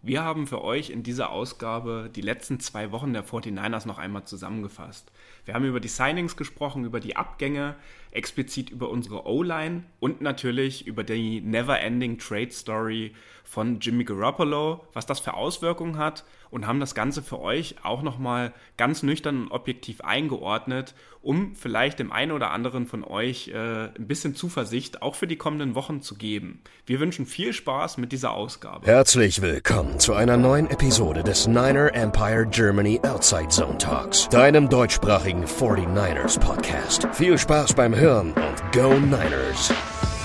Wir haben für euch in dieser Ausgabe die letzten 2 Wochen der 49ers noch einmal zusammengefasst. Wir haben über die Signings gesprochen, über die Abgänge, explizit über unsere O-Line und natürlich über die Never-Ending Trade Story von Jimmy Garoppolo, was das für Auswirkungen hat, und haben das Ganze für euch auch nochmal ganz nüchtern und objektiv eingeordnet, um vielleicht dem einen oder anderen von euch ein bisschen Zuversicht auch für die kommenden Wochen zu geben. Wir wünschen viel Spaß mit dieser Ausgabe. Herzlich willkommen zu einer neuen Episode des Niner Empire Germany Outside Zone Talks, deinem deutschsprachigen 49ers Podcast. Viel Spaß beim Hören und Go Niners!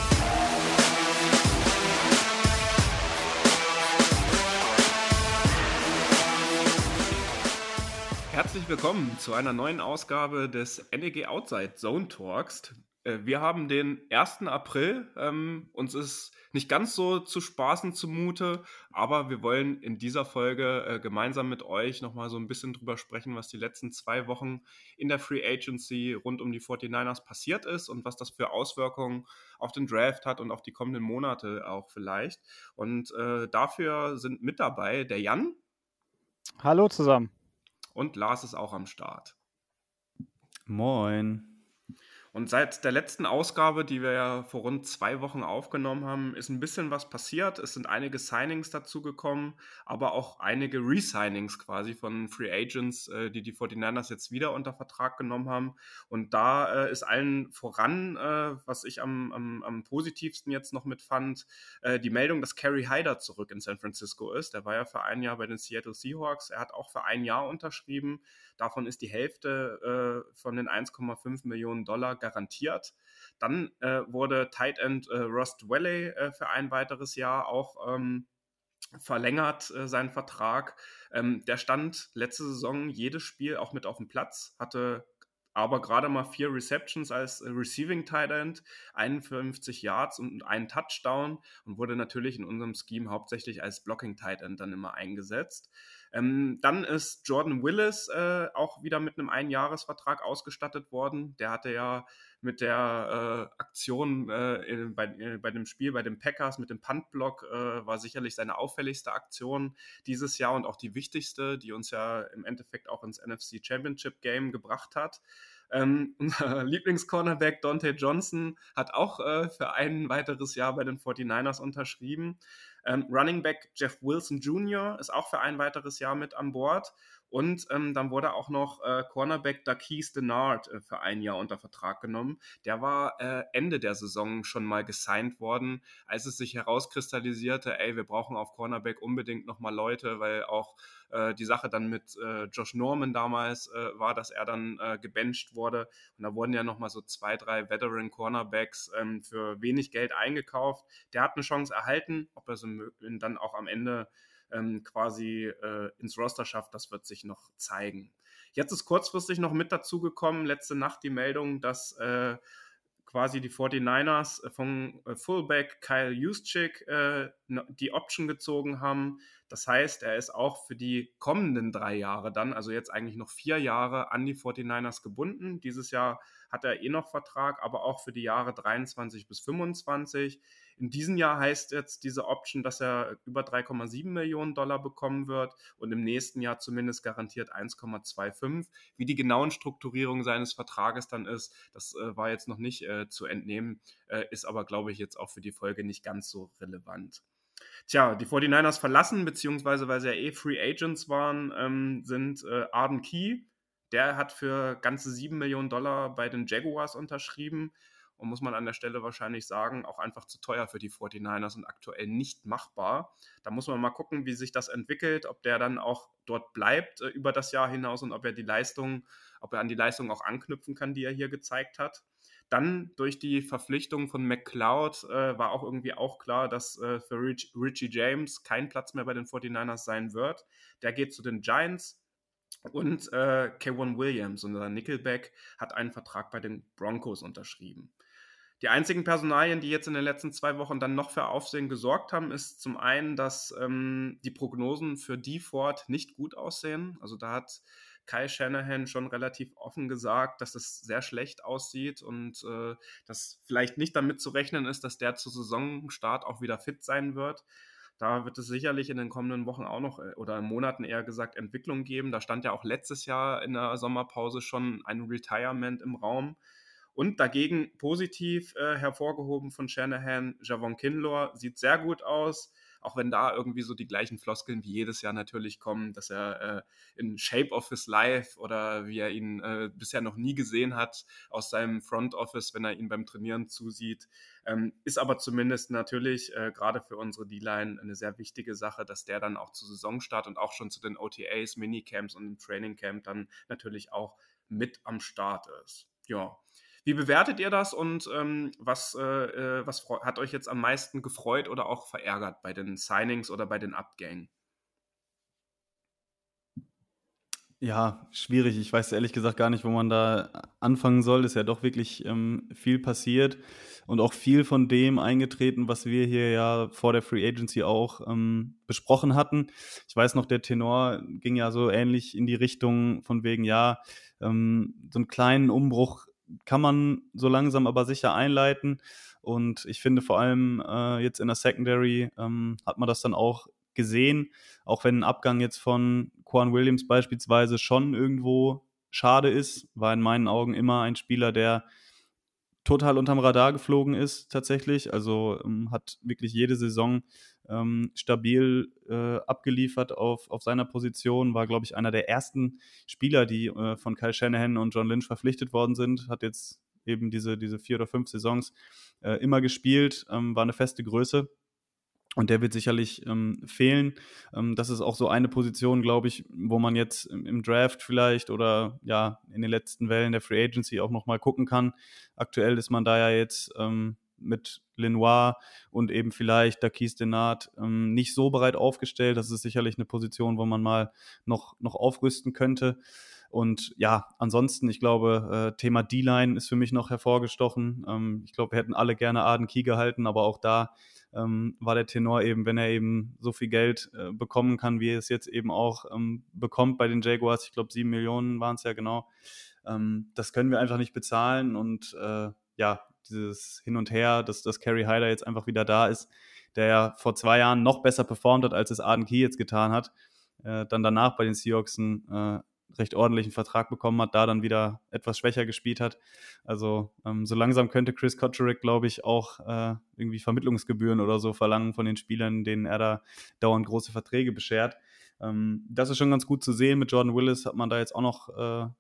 Herzlich willkommen zu einer neuen Ausgabe des NEG Outside Zone Talks. Wir haben den 1. April. Uns ist nicht ganz so zu Spaßen zumute, aber wir wollen in dieser Folge gemeinsam mit euch nochmal so ein bisschen drüber sprechen, was die letzten 2 Wochen in der Free Agency rund um die 49ers passiert ist und was das für Auswirkungen auf den Draft hat und auf die kommenden Monate auch vielleicht. Und dafür sind mit dabei der Jan. Hallo zusammen. Und Lars ist auch am Start. Moin. Und seit der letzten Ausgabe, die wir ja vor rund 2 Wochen aufgenommen haben, ist ein bisschen was passiert. Es sind einige Signings dazugekommen, aber auch einige Resignings quasi von Free Agents, die 49ers jetzt wieder unter Vertrag genommen haben. Und da ist allen voran, was ich am positivsten jetzt noch mitfand, die Meldung, dass Kerry Hyder zurück in San Francisco ist. Der war ja für ein Jahr bei den Seattle Seahawks. Er hat auch für ein Jahr unterschrieben. Davon ist die Hälfte von den 1,5 Millionen Dollar garantiert. Dann wurde Tight End Ross Dwelley für ein weiteres Jahr auch verlängert, seinen Vertrag. Der stand letzte Saison jedes Spiel auch mit auf dem Platz, hatte aber gerade mal 4 Receptions als Receiving Tight End, 51 Yards und einen Touchdown und wurde natürlich in unserem Scheme hauptsächlich als Blocking Tight End dann immer eingesetzt. Dann ist Jordan Willis auch wieder mit einem Einjahresvertrag ausgestattet worden. Der hatte ja mit der Aktion bei dem Spiel bei den Packers mit dem Punt-Block war sicherlich seine auffälligste Aktion dieses Jahr und auch die wichtigste, die uns ja im Endeffekt auch ins NFC Championship Game gebracht hat. Unser Lieblingscornerback Dante Johnson hat auch für ein weiteres Jahr bei den 49ers unterschrieben. Running Back Jeff Wilson Jr. ist auch für ein weiteres Jahr mit an Bord. Und dann wurde auch noch Cornerback Darqueze Dennard für ein Jahr unter Vertrag genommen. Der war Ende der Saison schon mal gesigned worden, als es sich herauskristallisierte, wir brauchen auf Cornerback unbedingt nochmal Leute, weil auch die Sache dann mit Josh Norman damals war, dass er dann gebencht wurde. Und da wurden ja nochmal so 2, 3 Veteran-Cornerbacks für wenig Geld eingekauft. Der hat eine Chance erhalten, ob er so dann auch am Ende quasi ins Roster schafft, das wird sich noch zeigen. Jetzt ist kurzfristig noch mit dazu gekommen, letzte Nacht die Meldung, dass quasi die 49ers von Fullback Kyle Juszczyk die Option gezogen haben. Das heißt, er ist auch für die kommenden 3 Jahre dann, also jetzt eigentlich noch 4 Jahre, an die 49ers gebunden. Dieses Jahr hat er noch Vertrag, aber auch für die Jahre 23 bis 25. In diesem Jahr heißt jetzt diese Option, dass er über 3,7 Millionen Dollar bekommen wird und im nächsten Jahr zumindest garantiert 1,25. Wie die genauen Strukturierungen seines Vertrages dann ist, das war jetzt noch nicht zu entnehmen, ist aber, glaube ich, jetzt auch für die Folge nicht ganz so relevant. Tja, die 49ers verlassen, beziehungsweise weil sie ja Free Agents waren, sind Arden Key. Der hat für ganze 7 Millionen Dollar bei den Jaguars unterschrieben und muss man an der Stelle wahrscheinlich sagen, auch einfach zu teuer für die 49ers und aktuell nicht machbar. Da muss man mal gucken, wie sich das entwickelt, ob der dann auch dort bleibt über das Jahr hinaus und ob er an die Leistung auch anknüpfen kann, die er hier gezeigt hat. Dann durch die Verpflichtung von McLeod war auch irgendwie auch klar, dass für Richie James kein Platz mehr bei den 49ers sein wird. Der geht zu den Giants. Und K'Waun Williams, unser Nickelback, hat einen Vertrag bei den Broncos unterschrieben. Die einzigen Personalien, die jetzt in den letzten 2 Wochen dann noch für Aufsehen gesorgt haben, ist zum einen, dass die Prognosen für Dee Ford nicht gut aussehen. Also da hat Kyle Shanahan schon relativ offen gesagt, dass es sehr schlecht aussieht und dass vielleicht nicht damit zu rechnen ist, dass der zu Saisonstart auch wieder fit sein wird. Da wird es sicherlich in den kommenden Wochen auch noch oder Monaten eher gesagt Entwicklung geben. Da stand ja auch letztes Jahr in der Sommerpause schon ein Retirement im Raum. Und dagegen positiv hervorgehoben von Shanahan, Javon Kinlaw sieht sehr gut aus, auch wenn da irgendwie so die gleichen Floskeln wie jedes Jahr natürlich kommen, dass er in Shape of his life oder wie er ihn bisher noch nie gesehen hat aus seinem Front Office, wenn er ihn beim Trainieren zusieht. Ist aber zumindest natürlich gerade für unsere D-Line eine sehr wichtige Sache, dass der dann auch zu Saisonstart und auch schon zu den OTAs, Minicamps und im Training Camp dann natürlich auch mit am Start ist. Ja. Wie bewertet ihr das und was hat euch jetzt am meisten gefreut oder auch verärgert bei den Signings oder bei den Abgängen? Ja, schwierig. Ich weiß ehrlich gesagt gar nicht, wo man da anfangen soll. Ist ja doch wirklich viel passiert und auch viel von dem eingetreten, was wir hier ja vor der Free Agency auch besprochen hatten. Ich weiß noch, der Tenor ging ja so ähnlich in die Richtung von wegen, ja, so einen kleinen Umbruch kann man so langsam aber sicher einleiten. Und ich finde vor allem jetzt in der Secondary hat man das dann auch gesehen, auch wenn ein Abgang jetzt von Quan Williams beispielsweise schon irgendwo schade ist, war in meinen Augen immer ein Spieler, der total unterm Radar geflogen ist tatsächlich, also hat wirklich jede Saison stabil abgeliefert auf seiner Position, war, glaube ich, einer der ersten Spieler, die von Kyle Shanahan und John Lynch verpflichtet worden sind, hat jetzt eben diese 4 oder 5 Saisons immer gespielt, war eine feste Größe. Und der wird sicherlich fehlen. Das ist auch so eine Position, glaube ich, wo man jetzt im Draft vielleicht oder ja in den letzten Wellen der Free Agency auch nochmal gucken kann. Aktuell ist man da ja jetzt mit Lenoir und eben vielleicht Dakis Denard nicht so breit aufgestellt. Das ist sicherlich eine Position, wo man mal noch aufrüsten könnte. Und ja, ansonsten, ich glaube, Thema D-Line ist für mich noch hervorgestochen. Ich glaube, wir hätten alle gerne Arden Key gehalten, aber auch da war der Tenor eben, wenn er eben so viel Geld bekommen kann, wie er es jetzt eben auch bekommt bei den Jaguars, ich glaube 7 Millionen waren es ja genau, das können wir einfach nicht bezahlen und ja, dieses Hin und Her, dass Kerry Hyder jetzt einfach wieder da ist, der ja vor 2 Jahren noch besser performt hat, als es Arden Key jetzt getan hat, dann danach bei den Seahawks einen recht ordentlichen Vertrag bekommen hat, da dann wieder etwas schwächer gespielt hat. Also so langsam könnte Chris Kocherik, glaube ich, auch irgendwie Vermittlungsgebühren oder so verlangen von den Spielern, denen er da dauernd große Verträge beschert. Das ist schon ganz gut zu sehen. Mit Jordan Willis hat man da jetzt auch noch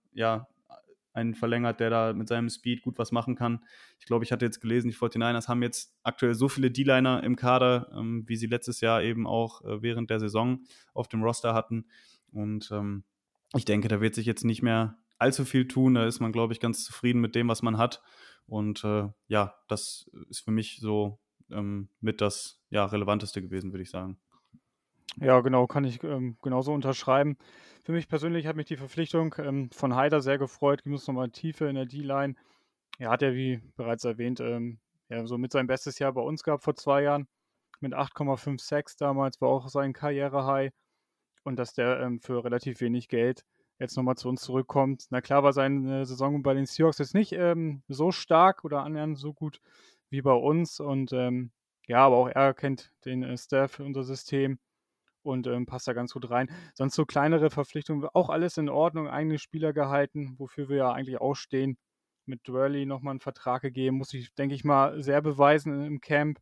einen verlängert, der da mit seinem Speed gut was machen kann. Ich glaube, ich hatte jetzt gelesen, die 49ers haben jetzt aktuell so viele D-Liner im Kader, wie sie letztes Jahr eben auch während der Saison auf dem Roster hatten. Und ich denke, da wird sich jetzt nicht mehr allzu viel tun. Da ist man, glaube ich, ganz zufrieden mit dem, was man hat. Und ja, das ist für mich so mit das Relevanteste gewesen, würde ich sagen. Ja, genau, kann ich genauso unterschreiben. Für mich persönlich hat mich die Verpflichtung von Hyder sehr gefreut. Gibt es nochmal Tiefe in der D-Line. Er hat ja, wie bereits erwähnt, so mit seinem bestes Jahr bei uns gehabt vor 2 Jahren. Mit 8,5 Sacks damals war auch sein Karriere-High. Und dass der für relativ wenig Geld jetzt nochmal zu uns zurückkommt. Na klar war seine Saison bei den Seahawks jetzt nicht so stark oder annähernd so gut wie bei uns. Und ja, aber auch er kennt den Staff, unser System und passt da ganz gut rein. Sonst so kleinere Verpflichtungen, auch alles in Ordnung, eigene Spieler gehalten, wofür wir ja eigentlich auch stehen. Mit Dwelly nochmal einen Vertrag gegeben, muss ich, denke ich mal, sehr beweisen im Camp.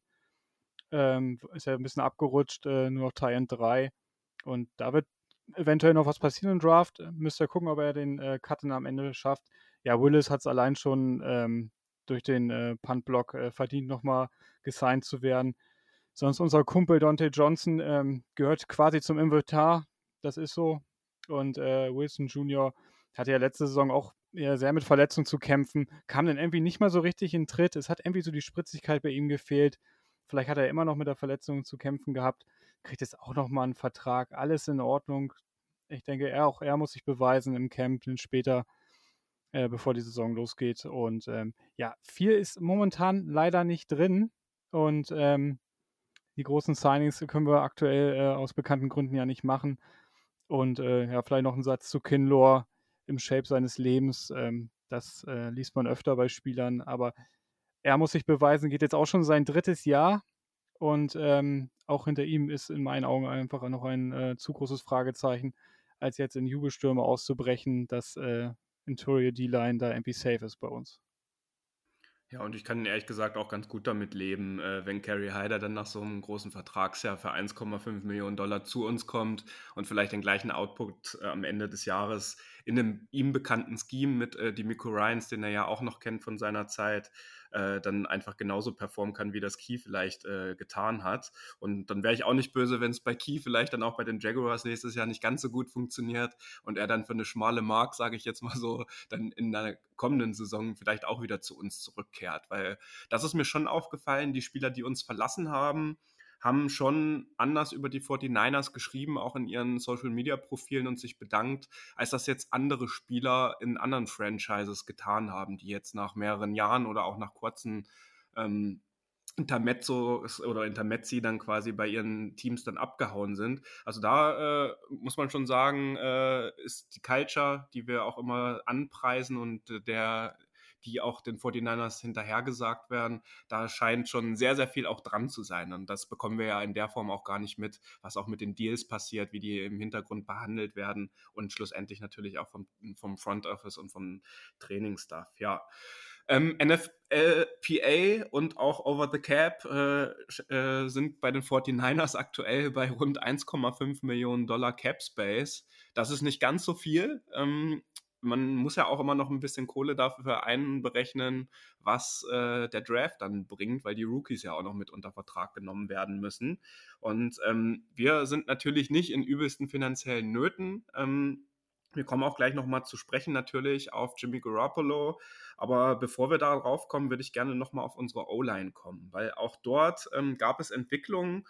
Ist ja ein bisschen abgerutscht, nur noch Tight End 3. Und da wird eventuell noch was passieren im Draft. Müsst ihr gucken, ob er den Cut dann am Ende schafft. Ja, Willis hat es allein schon durch den Punt-Block verdient, nochmal gesigned zu werden. Sonst unser Kumpel Dante Johnson gehört quasi zum Inventar. Das ist so. Und Wilson Jr. hatte ja letzte Saison auch eher sehr mit Verletzungen zu kämpfen. Kam dann irgendwie nicht mal so richtig in Tritt. Es hat irgendwie so die Spritzigkeit bei ihm gefehlt. Vielleicht hat er immer noch mit der Verletzung zu kämpfen gehabt. Kriegt jetzt auch nochmal einen Vertrag. Alles in Ordnung. Ich denke, er muss sich beweisen im Camp später, bevor die Saison losgeht. Und ja, viel ist momentan leider nicht drin. Und die großen Signings können wir aktuell aus bekannten Gründen ja nicht machen. Und ja, vielleicht noch ein Satz zu Kinlaw im Shape seines Lebens. Das liest man öfter bei Spielern, aber er muss sich beweisen, geht jetzt auch schon sein 3. Jahr Und auch hinter ihm ist in meinen Augen einfach noch ein zu großes Fragezeichen, als jetzt in Jubelstürme auszubrechen, dass Interior D-Line da irgendwie safe ist bei uns. Ja, und ich kann ehrlich gesagt auch ganz gut damit leben, wenn Kerry Hyder dann nach so einem großen Vertragsjahr für 1,5 Millionen Dollar zu uns kommt und vielleicht den gleichen Output am Ende des Jahres in einem ihm bekannten Scheme mit DeMeco Ryans, den er ja auch noch kennt von seiner Zeit, dann einfach genauso performen kann, wie das Key vielleicht getan hat. Und dann wäre ich auch nicht böse, wenn es bei Key vielleicht dann auch bei den Jaguars nächstes Jahr nicht ganz so gut funktioniert und er dann für eine schmale Mark, sage ich jetzt mal so, dann in der kommenden Saison vielleicht auch wieder zu uns zurückkehrt. Weil das ist mir schon aufgefallen, die Spieler, die uns verlassen haben schon anders über die 49ers geschrieben, auch in ihren Social-Media-Profilen und sich bedankt, als das jetzt andere Spieler in anderen Franchises getan haben, die jetzt nach mehreren Jahren oder auch nach kurzen Intermezzos oder Intermezzi dann quasi bei ihren Teams dann abgehauen sind. Also da muss man schon sagen, ist die Culture, die wir auch immer anpreisen und die auch den 49ers hinterhergesagt werden, da scheint schon sehr, sehr viel auch dran zu sein. Und das bekommen wir ja in der Form auch gar nicht mit, was auch mit den Deals passiert, wie die im Hintergrund behandelt werden und schlussendlich natürlich auch vom Front Office und vom Trainingsstaff. Ja. NFLPA und auch Over the Cap sind bei den 49ers aktuell bei rund 1,5 Millionen Dollar Cap Space. Das ist nicht ganz so viel. Man muss ja auch immer noch ein bisschen Kohle dafür einberechnen, was der Draft dann bringt, weil die Rookies ja auch noch mit unter Vertrag genommen werden müssen. Und wir sind natürlich nicht in übelsten finanziellen Nöten. Wir kommen auch gleich nochmal zu sprechen natürlich auf Jimmy Garoppolo. Aber bevor wir darauf kommen, würde ich gerne nochmal auf unsere O-Line kommen, weil auch dort gab es Entwicklungen.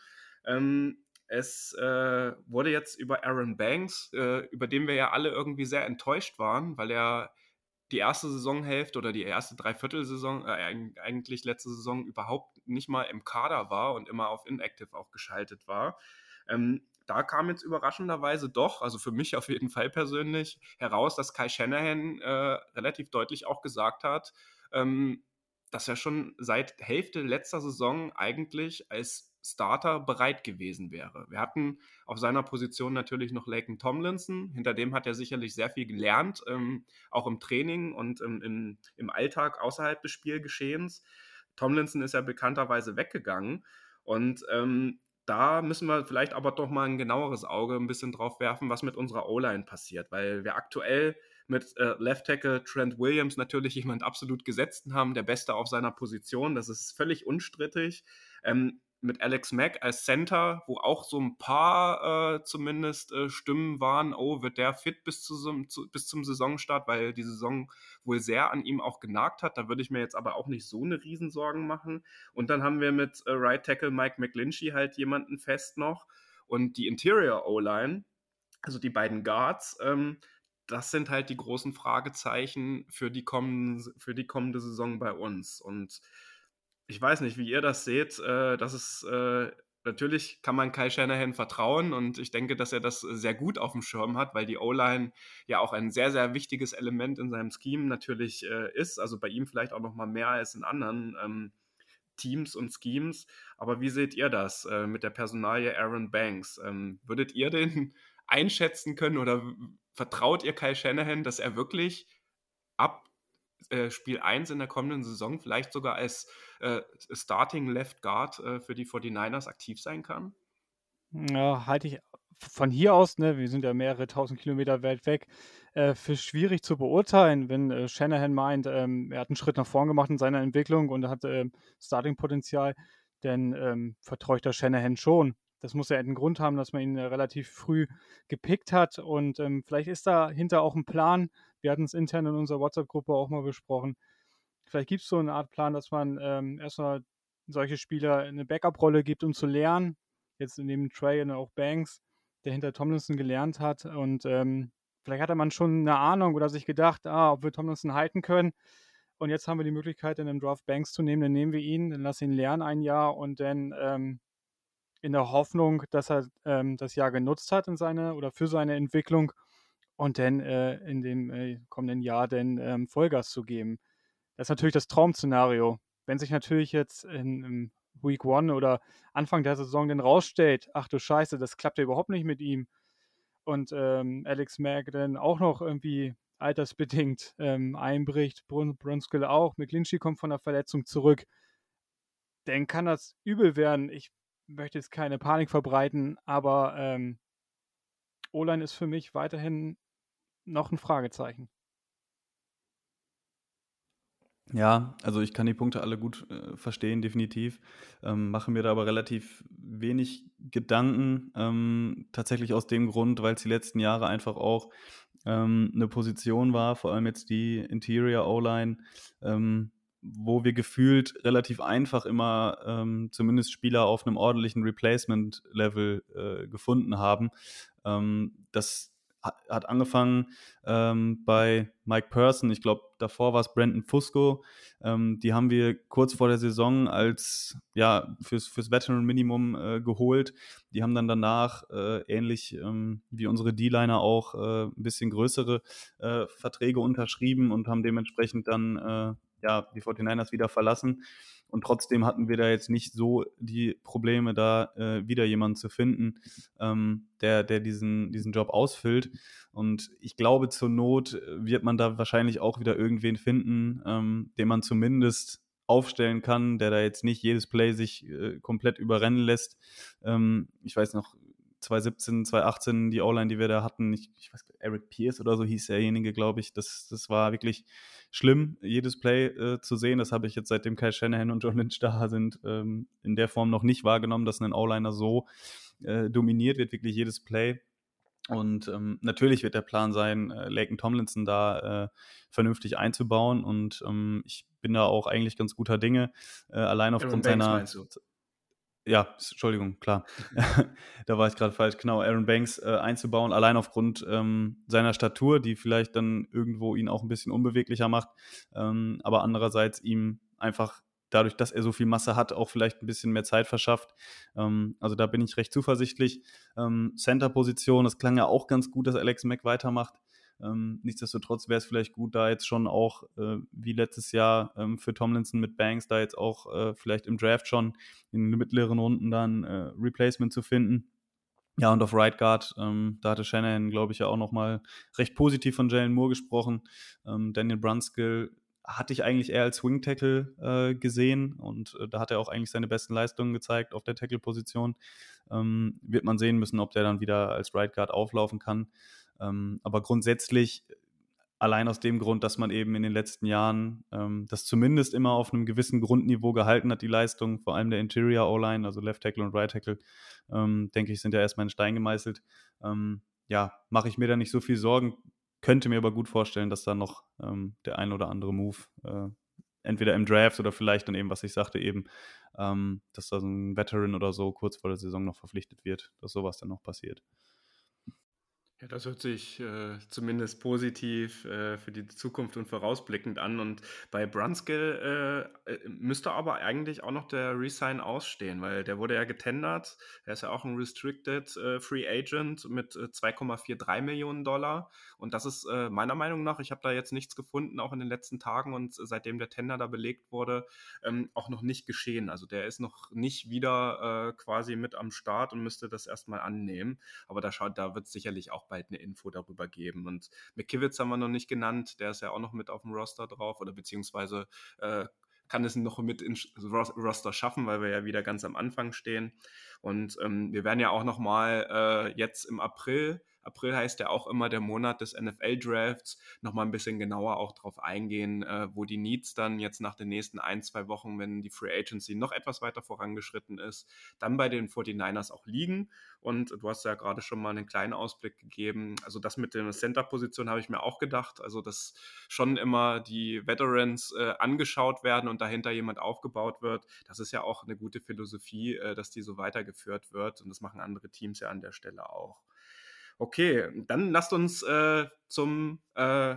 Es wurde jetzt über Aaron Banks, über den wir ja alle irgendwie sehr enttäuscht waren, weil er die erste Saisonhälfte oder die erste Dreiviertelsaison, eigentlich letzte Saison überhaupt nicht mal im Kader war und immer auf Inactive auch geschaltet war. Da kam jetzt überraschenderweise doch, also für mich auf jeden Fall persönlich, heraus, dass Kai Shanahan relativ deutlich auch gesagt hat, dass er schon seit Hälfte letzter Saison eigentlich als Starter bereit gewesen wäre. Wir hatten auf seiner Position natürlich noch Laken Tomlinson, hinter dem hat er sicherlich sehr viel gelernt, auch im Training und im Alltag außerhalb des Spielgeschehens. Tomlinson ist ja bekannterweise weggegangen und da müssen wir vielleicht aber doch mal ein genaueres Auge ein bisschen drauf werfen, was mit unserer O-Line passiert, weil wir aktuell mit Left Tackle Trent Williams natürlich jemand absolut Gesetzten haben, der Beste auf seiner Position, das ist völlig unstrittig. Mit Alex Mack als Center, wo auch so ein paar zumindest Stimmen waren, oh, wird der fit bis zum Saisonstart, weil die Saison wohl sehr an ihm auch genagt hat. Da würde ich mir jetzt aber auch nicht so eine Riesensorgen machen. Und dann haben wir mit Right Tackle Mike McGlinchey halt jemanden fest noch. Und die Interior O-Line, also die beiden Guards, das sind halt die großen Fragezeichen für die kommende Saison bei uns. Und ich weiß nicht, wie ihr das seht. Das ist natürlich kann man Kai Shanahan vertrauen und ich denke, dass er das sehr gut auf dem Schirm hat, weil die O-Line ja auch ein sehr, sehr wichtiges Element in seinem Scheme natürlich ist. Also bei ihm vielleicht auch noch mal mehr als in anderen Teams und Schemes. Aber wie seht ihr das mit der Personalie Aaron Banks? Würdet ihr den einschätzen können oder vertraut ihr Kai Shanahan, dass er wirklich ab Spiel 1 in der kommenden Saison vielleicht sogar als Starting Left Guard für die 49ers aktiv sein kann? Ja, halte ich von hier aus, ne, wir sind ja mehrere tausend Kilometer weit weg, für schwierig zu beurteilen, wenn Shanahan meint, er hat einen Schritt nach vorn gemacht in seiner Entwicklung und hat Starting-Potenzial, dann vertraue ich das Shanahan schon. Das muss ja einen Grund haben, dass man ihn relativ früh gepickt hat und vielleicht ist dahinter auch ein Plan. Wir hatten es intern in unserer WhatsApp-Gruppe auch mal besprochen. Vielleicht gibt es so eine Art Plan, dass man erstmal solche Spieler eine Backup-Rolle gibt, um zu lernen. Jetzt neben Trey und auch Banks, der hinter Tomlinson gelernt hat. Und vielleicht hatte man schon eine Ahnung oder sich gedacht, ob wir Tomlinson halten können. Und jetzt haben wir die Möglichkeit, in einem Draft Banks zu nehmen. Dann nehmen wir ihn, dann lassen ihn lernen ein Jahr und dann in der Hoffnung, dass er das Jahr genutzt hat für seine Entwicklung und dann in dem kommenden Jahr dann Vollgas zu geben. Das ist natürlich das Traum-Szenario. Wenn sich natürlich jetzt im Week 1 oder Anfang der Saison dann rausstellt, ach du Scheiße, das klappt ja überhaupt nicht mit ihm. Und Alex Mack dann auch noch irgendwie altersbedingt einbricht, Brunskill auch, McGlinchey kommt von der Verletzung zurück, dann kann das übel werden. Ich möchte jetzt keine Panik verbreiten, aber O-Line ist für mich weiterhin noch ein Fragezeichen. Ja, also ich kann die Punkte alle gut verstehen, definitiv. Mache mir da aber relativ wenig Gedanken. Tatsächlich aus dem Grund, weil es die letzten Jahre einfach auch eine Position war, vor allem jetzt die Interior O-Line, wo wir gefühlt relativ einfach immer zumindest Spieler auf einem ordentlichen Replacement-Level gefunden haben. Das hat angefangen bei Mike Person. Ich glaube, davor war es Brandon Fusco. Die haben wir kurz vor der Saison als fürs Veteran Minimum geholt. Die haben dann danach ähnlich wie unsere D-Liner auch ein bisschen größere Verträge unterschrieben und haben dementsprechend dann die 49ers wieder verlassen. Und trotzdem hatten wir da jetzt nicht so die Probleme, da wieder jemanden zu finden, der diesen Job ausfüllt. Und ich glaube, zur Not wird man da wahrscheinlich auch wieder irgendwen finden, den man zumindest aufstellen kann, der da jetzt nicht jedes Play sich komplett überrennen lässt. Ich weiß noch, 2017, 2018, die O-Line, die wir da hatten, ich weiß, Eric Pierce oder so hieß derjenige, glaube ich, das war wirklich schlimm, jedes Play zu sehen. Das habe ich jetzt, seitdem Kyle Shanahan und John Lynch da sind, in der Form noch nicht wahrgenommen, dass ein O-Liner so dominiert wird, wirklich jedes Play. Und natürlich wird der Plan sein, Laken Tomlinson da vernünftig einzubauen. Und ich bin da auch eigentlich ganz guter Dinge, allein aufgrund seiner... Meinst du? Ja, Entschuldigung, klar. Da war ich gerade falsch. Genau, Aaron Banks einzubauen, allein aufgrund seiner Statur, die vielleicht dann irgendwo ihn auch ein bisschen unbeweglicher macht, aber andererseits ihm einfach dadurch, dass er so viel Masse hat, auch vielleicht ein bisschen mehr Zeit verschafft. Also da bin ich recht zuversichtlich. Center-Position, das klang ja auch ganz gut, dass Alex Mack weitermacht. Nichtsdestotrotz wäre es vielleicht gut, da jetzt schon auch, wie letztes Jahr für Tomlinson mit Banks, da jetzt auch vielleicht im Draft schon in den mittleren Runden dann Replacement zu finden. Ja, und auf Right Guard, da hatte Shanahan, glaube ich, ja auch nochmal recht positiv von Jalen Moore gesprochen. Daniel Brunskill hatte ich eigentlich eher als Swing Tackle gesehen und da hat er auch eigentlich seine besten Leistungen gezeigt auf der Tackle-Position. Wird man sehen müssen, ob der dann wieder als Right Guard auflaufen kann. Aber grundsätzlich allein aus dem Grund, dass man eben in den letzten Jahren das zumindest immer auf einem gewissen Grundniveau gehalten hat, die Leistung, vor allem der Interior O-Line, also Left Tackle und Right Tackle, denke ich, sind ja erstmal in Stein gemeißelt. Mache ich mir da nicht so viel Sorgen, könnte mir aber gut vorstellen, dass da noch der ein oder andere Move entweder im Draft oder vielleicht dann eben, was ich sagte eben, dass da so ein Veteran oder so kurz vor der Saison noch verpflichtet wird, dass sowas dann noch passiert. Ja, das hört sich zumindest positiv für die Zukunft und vorausblickend an. Und bei Brunskill müsste aber eigentlich auch noch der Resign ausstehen, weil der wurde ja getendert. Er ist ja auch ein Restricted Free Agent mit 2,43 Millionen Dollar. Und das ist meiner Meinung nach, ich habe da jetzt nichts gefunden, auch in den letzten Tagen und seitdem der Tender da belegt wurde, auch noch nicht geschehen. Also der ist noch nicht wieder quasi mit am Start und müsste das erstmal annehmen. Aber da wird es sicherlich auch bald eine Info darüber geben. Und McKivitz haben wir noch nicht genannt, der ist ja auch noch mit auf dem Roster drauf oder beziehungsweise kann es noch mit ins Roster schaffen, weil wir ja wieder ganz am Anfang stehen. Und wir werden ja auch noch mal jetzt im April heißt ja auch immer der Monat des NFL-Drafts, nochmal ein bisschen genauer auch drauf eingehen, wo die Needs dann jetzt nach den nächsten 1-2 Wochen, wenn die Free Agency noch etwas weiter vorangeschritten ist, dann bei den 49ers auch liegen. Und du hast ja gerade schon mal einen kleinen Ausblick gegeben. Also das mit der Center-Position habe ich mir auch gedacht. Also dass schon immer die Veterans angeschaut werden und dahinter jemand aufgebaut wird. Das ist ja auch eine gute Philosophie, dass die so weitergeführt wird. Und das machen andere Teams ja an der Stelle auch. Okay, dann lasst uns zum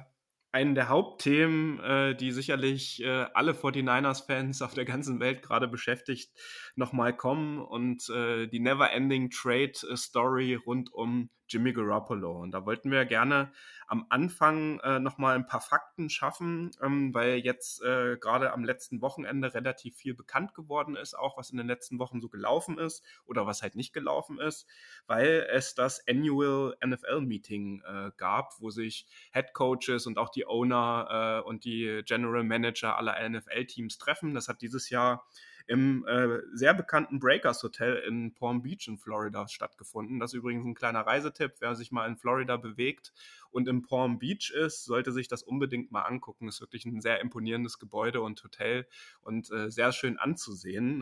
einen der Hauptthemen, die sicherlich alle 49ers-Fans auf der ganzen Welt gerade beschäftigt, nochmal kommen und die Never-Ending Trade-Story rund um Jimmy Garoppolo. Und da wollten wir gerne am Anfang nochmal ein paar Fakten schaffen, weil jetzt gerade am letzten Wochenende relativ viel bekannt geworden ist, auch was in den letzten Wochen so gelaufen ist oder was halt nicht gelaufen ist, weil es das Annual NFL-Meeting gab, wo sich Head Coaches und auch die Owner und die General Manager aller NFL-Teams treffen. Das hat dieses Jahr im sehr bekannten Breakers Hotel in Palm Beach in Florida stattgefunden. Das ist übrigens ein kleiner Reisetipp. Wer sich mal in Florida bewegt und in Palm Beach ist, sollte sich das unbedingt mal angucken. Ist wirklich ein sehr imponierendes Gebäude und Hotel und sehr schön anzusehen.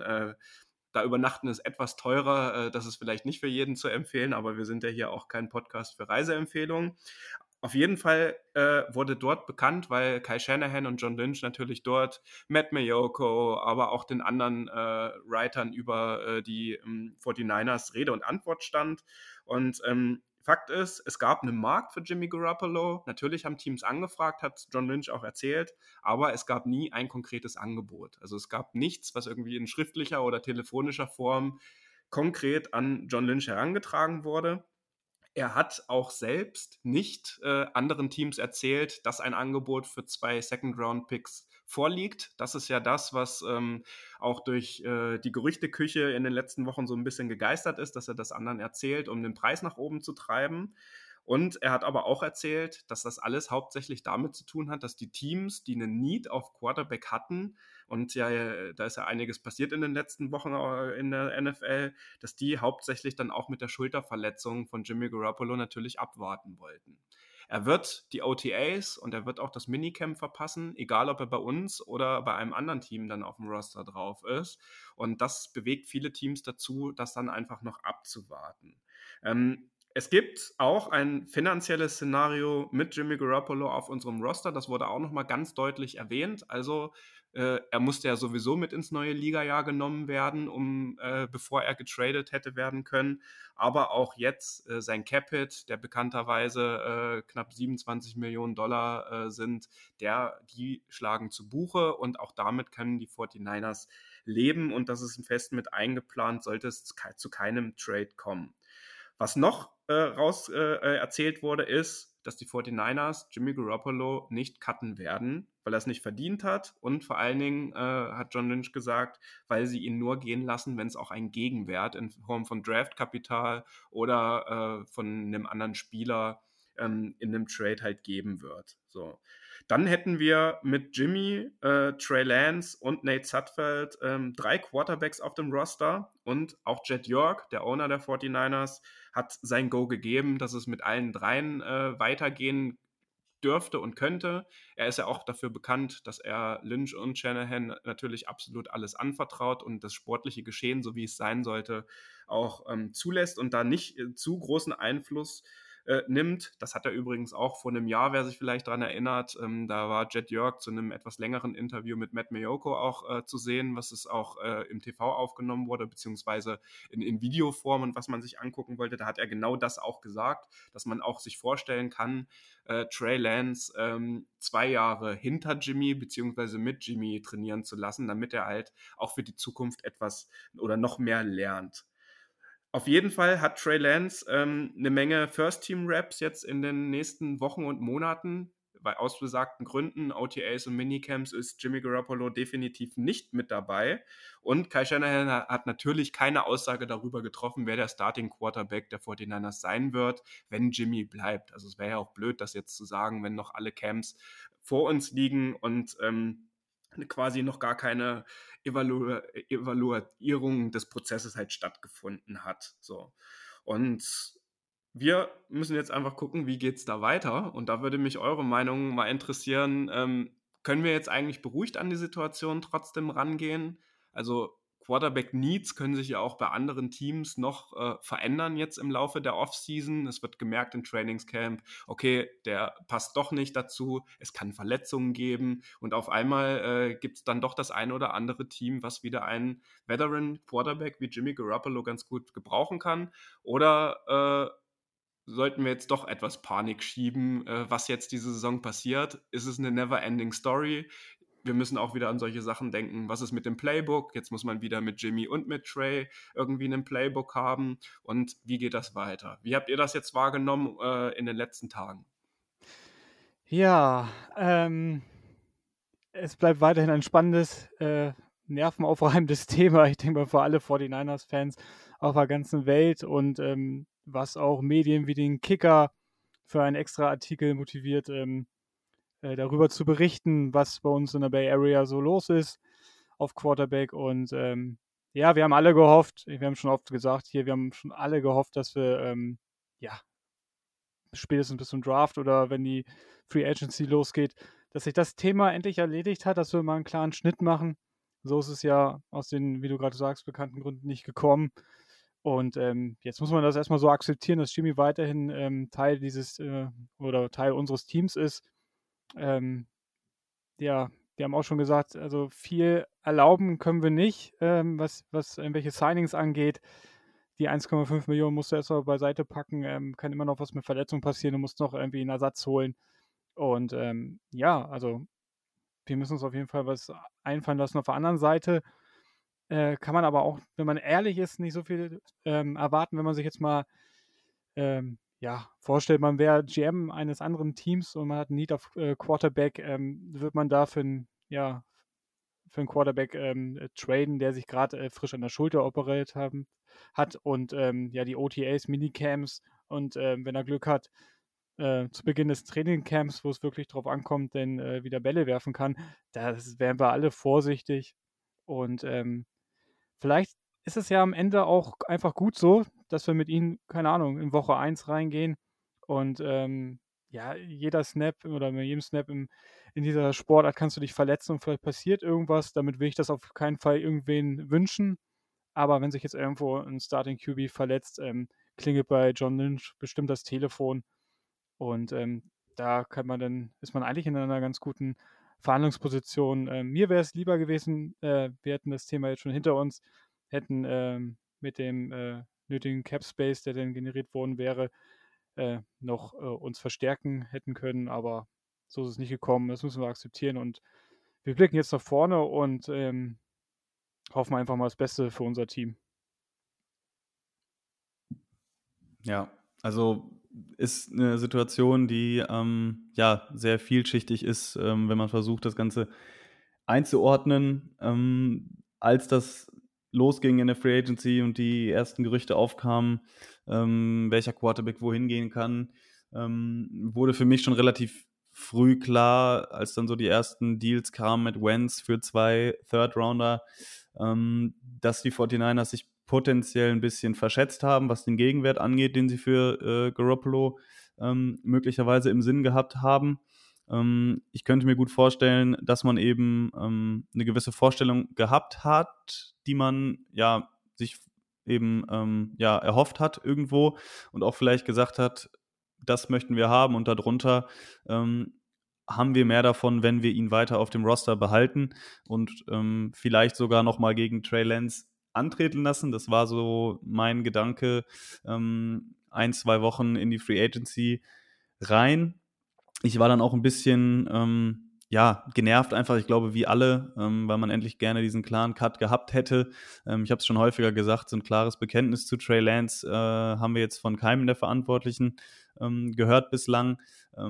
Da übernachten ist etwas teurer. Das ist vielleicht nicht für jeden zu empfehlen, aber wir sind ja hier auch kein Podcast für Reiseempfehlungen. Auf jeden Fall wurde dort bekannt, weil Kai Shanahan und John Lynch natürlich dort Matt Maiocco, aber auch den anderen Writern über die 49ers Rede und Antwort stand. Und Fakt ist, es gab einen Markt für Jimmy Garoppolo. Natürlich haben Teams angefragt, hat John Lynch auch erzählt, aber es gab nie ein konkretes Angebot. Also es gab nichts, was irgendwie in schriftlicher oder telefonischer Form konkret an John Lynch herangetragen wurde. Er hat auch selbst nicht anderen Teams erzählt, dass ein Angebot für 2 Second-Round-Picks vorliegt. Das ist ja das, was auch durch die Gerüchteküche in den letzten Wochen so ein bisschen gegeistert ist, dass er das anderen erzählt, um den Preis nach oben zu treiben. Und er hat aber auch erzählt, dass das alles hauptsächlich damit zu tun hat, dass die Teams, die einen Need auf Quarterback hatten, und ja, da ist ja einiges passiert in den letzten Wochen in der NFL, dass die hauptsächlich dann auch mit der Schulterverletzung von Jimmy Garoppolo natürlich abwarten wollten. Er wird die OTAs und er wird auch das Minicamp verpassen, egal ob er bei uns oder bei einem anderen Team dann auf dem Roster drauf ist. Und das bewegt viele Teams dazu, das dann einfach noch abzuwarten. Es gibt auch ein finanzielles Szenario mit Jimmy Garoppolo auf unserem Roster. Das wurde auch nochmal ganz deutlich erwähnt. Also er musste ja sowieso mit ins neue Ligajahr genommen werden, bevor er getradet hätte werden können. Aber auch jetzt sein Cap-Hit, der bekannterweise knapp 27 Millionen Dollar sind, die schlagen zu Buche und auch damit können die 49ers leben und das ist fest mit eingeplant, sollte es zu keinem Trade kommen. Was noch erzählt wurde, ist, dass die 49ers Jimmy Garoppolo nicht cutten werden, weil er es nicht verdient hat und vor allen Dingen hat John Lynch gesagt, weil sie ihn nur gehen lassen, wenn es auch einen Gegenwert in Form von Draftkapital oder von einem anderen Spieler in einem Trade halt geben wird. So. Dann hätten wir mit Jimmy, Trey Lance und Nate Sudfeld 3 Quarterbacks auf dem Roster und auch Jed York, der Owner der 49ers, hat sein Go gegeben, dass es mit allen dreien weitergehen dürfte und könnte. Er ist ja auch dafür bekannt, dass er Lynch und Shanahan natürlich absolut alles anvertraut und das sportliche Geschehen, so wie es sein sollte, auch zulässt und da nicht zu großen Einfluss nimmt. Das hat er übrigens auch vor einem Jahr, wer sich vielleicht daran erinnert. Da war Jed York zu einem etwas längeren Interview mit Matt Maiocco auch zu sehen, was es auch im TV aufgenommen wurde, beziehungsweise in Videoform und was man sich angucken wollte. Da hat er genau das auch gesagt, dass man auch sich vorstellen kann, Trey Lance 2 Jahre hinter Jimmy beziehungsweise mit Jimmy trainieren zu lassen, damit er halt auch für die Zukunft etwas oder noch mehr lernt. Auf jeden Fall hat Trey Lance eine Menge First-Team-Raps jetzt in den nächsten Wochen und Monaten. Bei aus besagten Gründen, OTAs und Minicamps, ist Jimmy Garoppolo definitiv nicht mit dabei. Und Kai Shanahan hat natürlich keine Aussage darüber getroffen, wer der Starting Quarterback der 49ers sein wird, wenn Jimmy bleibt. Also es wäre ja auch blöd, das jetzt zu sagen, wenn noch alle Camps vor uns liegen und quasi noch gar keine Evaluierung des Prozesses halt stattgefunden hat. So. Und wir müssen jetzt einfach gucken, wie geht es da weiter. Und da würde mich eure Meinung mal interessieren. Können wir jetzt eigentlich beruhigt an die Situation trotzdem rangehen? Also Quarterback-Needs können sich ja auch bei anderen Teams noch verändern jetzt im Laufe der Offseason. Es wird gemerkt im Trainingscamp, okay, der passt doch nicht dazu. Es kann Verletzungen geben und auf einmal gibt es dann doch das eine oder andere Team, was wieder einen Veteran-Quarterback wie Jimmy Garoppolo ganz gut gebrauchen kann. Oder sollten wir jetzt doch etwas Panik schieben, was jetzt diese Saison passiert? Ist es eine never-ending Story? Wir müssen auch wieder an solche Sachen denken. Was ist mit dem Playbook? Jetzt muss man wieder mit Jimmy und mit Trey irgendwie ein Playbook haben. Und wie geht das weiter? Wie habt ihr das jetzt wahrgenommen in den letzten Tagen? Ja, es bleibt weiterhin ein spannendes, nervenaufreibendes Thema. Ich denke mal für alle 49ers-Fans auf der ganzen Welt und was auch Medien wie den Kicker für einen extra Artikel motiviert, darüber zu berichten, was bei uns in der Bay Area so los ist auf Quarterback. Und ja, wir haben alle gehofft, wir haben schon oft gesagt hier, wir haben schon alle gehofft, dass wir ja, spätestens bis zum Draft oder wenn die Free Agency losgeht, dass sich das Thema endlich erledigt hat, dass wir mal einen klaren Schnitt machen. So ist es ja aus den, wie du gerade sagst, bekannten Gründen nicht gekommen. Und jetzt muss man das erstmal so akzeptieren, dass Jimmy weiterhin Teil dieses oder Teil unseres Teams ist. Ja, die haben auch schon gesagt, also viel erlauben können wir nicht, was irgendwelche Signings angeht. Die 1,5 Millionen musst du erstmal beiseite packen, kann immer noch was mit Verletzung passieren, du musst noch irgendwie einen Ersatz holen. Und ja, also wir müssen uns auf jeden Fall was einfallen lassen. Auf der anderen Seite kann man aber auch, wenn man ehrlich ist, nicht so viel erwarten, wenn man sich jetzt mal ja, vorstellt, man wäre GM eines anderen Teams und man hat einen Need auf Quarterback, wird man da für einen Quarterback traden, der sich gerade frisch an der Schulter operiert hat und ja, die OTAs, Minicamps und wenn er Glück hat, zu Beginn des Trainingcamps, wo es wirklich drauf ankommt, denn wieder Bälle werfen kann, da wären wir alle vorsichtig und vielleicht ist es ja am Ende auch einfach gut so, dass wir mit ihnen, keine Ahnung, in Woche 1 reingehen und ja, jeder Snap oder bei jedem Snap in dieser Sportart kannst du dich verletzen und vielleicht passiert irgendwas. Damit will ich das auf keinen Fall irgendwen wünschen. Aber wenn sich jetzt irgendwo ein Starting QB verletzt, klingelt bei John Lynch bestimmt das Telefon und da ist man eigentlich in einer ganz guten Verhandlungsposition. Mir wäre es lieber gewesen, wir hätten das Thema jetzt schon hinter uns, hätten mit dem nötigen Cap Space, der dann generiert worden wäre, noch uns verstärken hätten können, aber so ist es nicht gekommen. Das müssen wir akzeptieren und wir blicken jetzt nach vorne und hoffen einfach mal das Beste für unser Team. Ja, also ist eine Situation, die ja sehr vielschichtig ist, wenn man versucht, das Ganze einzuordnen. Als das losging in der Free Agency und die ersten Gerüchte aufkamen, welcher Quarterback wohin gehen kann, wurde für mich schon relativ früh klar, als dann so die ersten Deals kamen mit Wentz für 2 Third-Rounder, dass die 49ers sich potenziell ein bisschen verschätzt haben, was den Gegenwert angeht, den sie für Garoppolo möglicherweise im Sinn gehabt haben. Ich könnte mir gut vorstellen, dass man eben eine gewisse Vorstellung gehabt hat, die man ja sich eben ja erhofft hat irgendwo und auch vielleicht gesagt hat, das möchten wir haben und darunter haben wir mehr davon, wenn wir ihn weiter auf dem Roster behalten und vielleicht sogar nochmal gegen Trey Lance antreten lassen. Das war so mein Gedanke 1-2 Wochen in die Free Agency rein. Ich war dann auch ein bisschen ja, genervt einfach, ich glaube, wie alle, weil man endlich gerne diesen klaren Cut gehabt hätte. Ich habe es schon häufiger gesagt, so ein klares Bekenntnis zu Trey Lance haben wir jetzt von keinem der Verantwortlichen gehört bislang.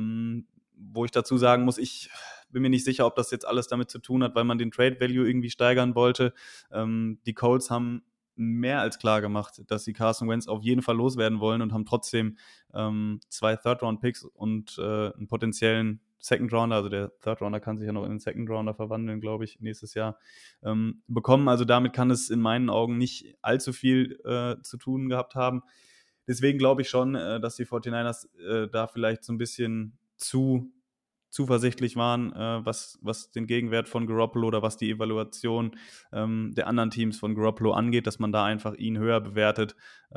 Wo ich dazu sagen muss, ich bin mir nicht sicher, ob das jetzt alles damit zu tun hat, weil man den Trade Value irgendwie steigern wollte. Die Colts haben mehr als klar gemacht, dass sie Carson Wentz auf jeden Fall loswerden wollen und haben trotzdem 2 Third-Round-Picks und einen potenziellen Second-Rounder, also der Third-Rounder kann sich ja noch in den Second-Rounder verwandeln, glaube ich, nächstes Jahr, bekommen. Also damit kann es in meinen Augen nicht allzu viel zu tun gehabt haben. Deswegen glaube ich schon, dass die 49ers da vielleicht so ein bisschen zu zuversichtlich waren, was den Gegenwert von Garoppolo oder was die Evaluation der anderen Teams von Garoppolo angeht, dass man da einfach ihn höher bewertet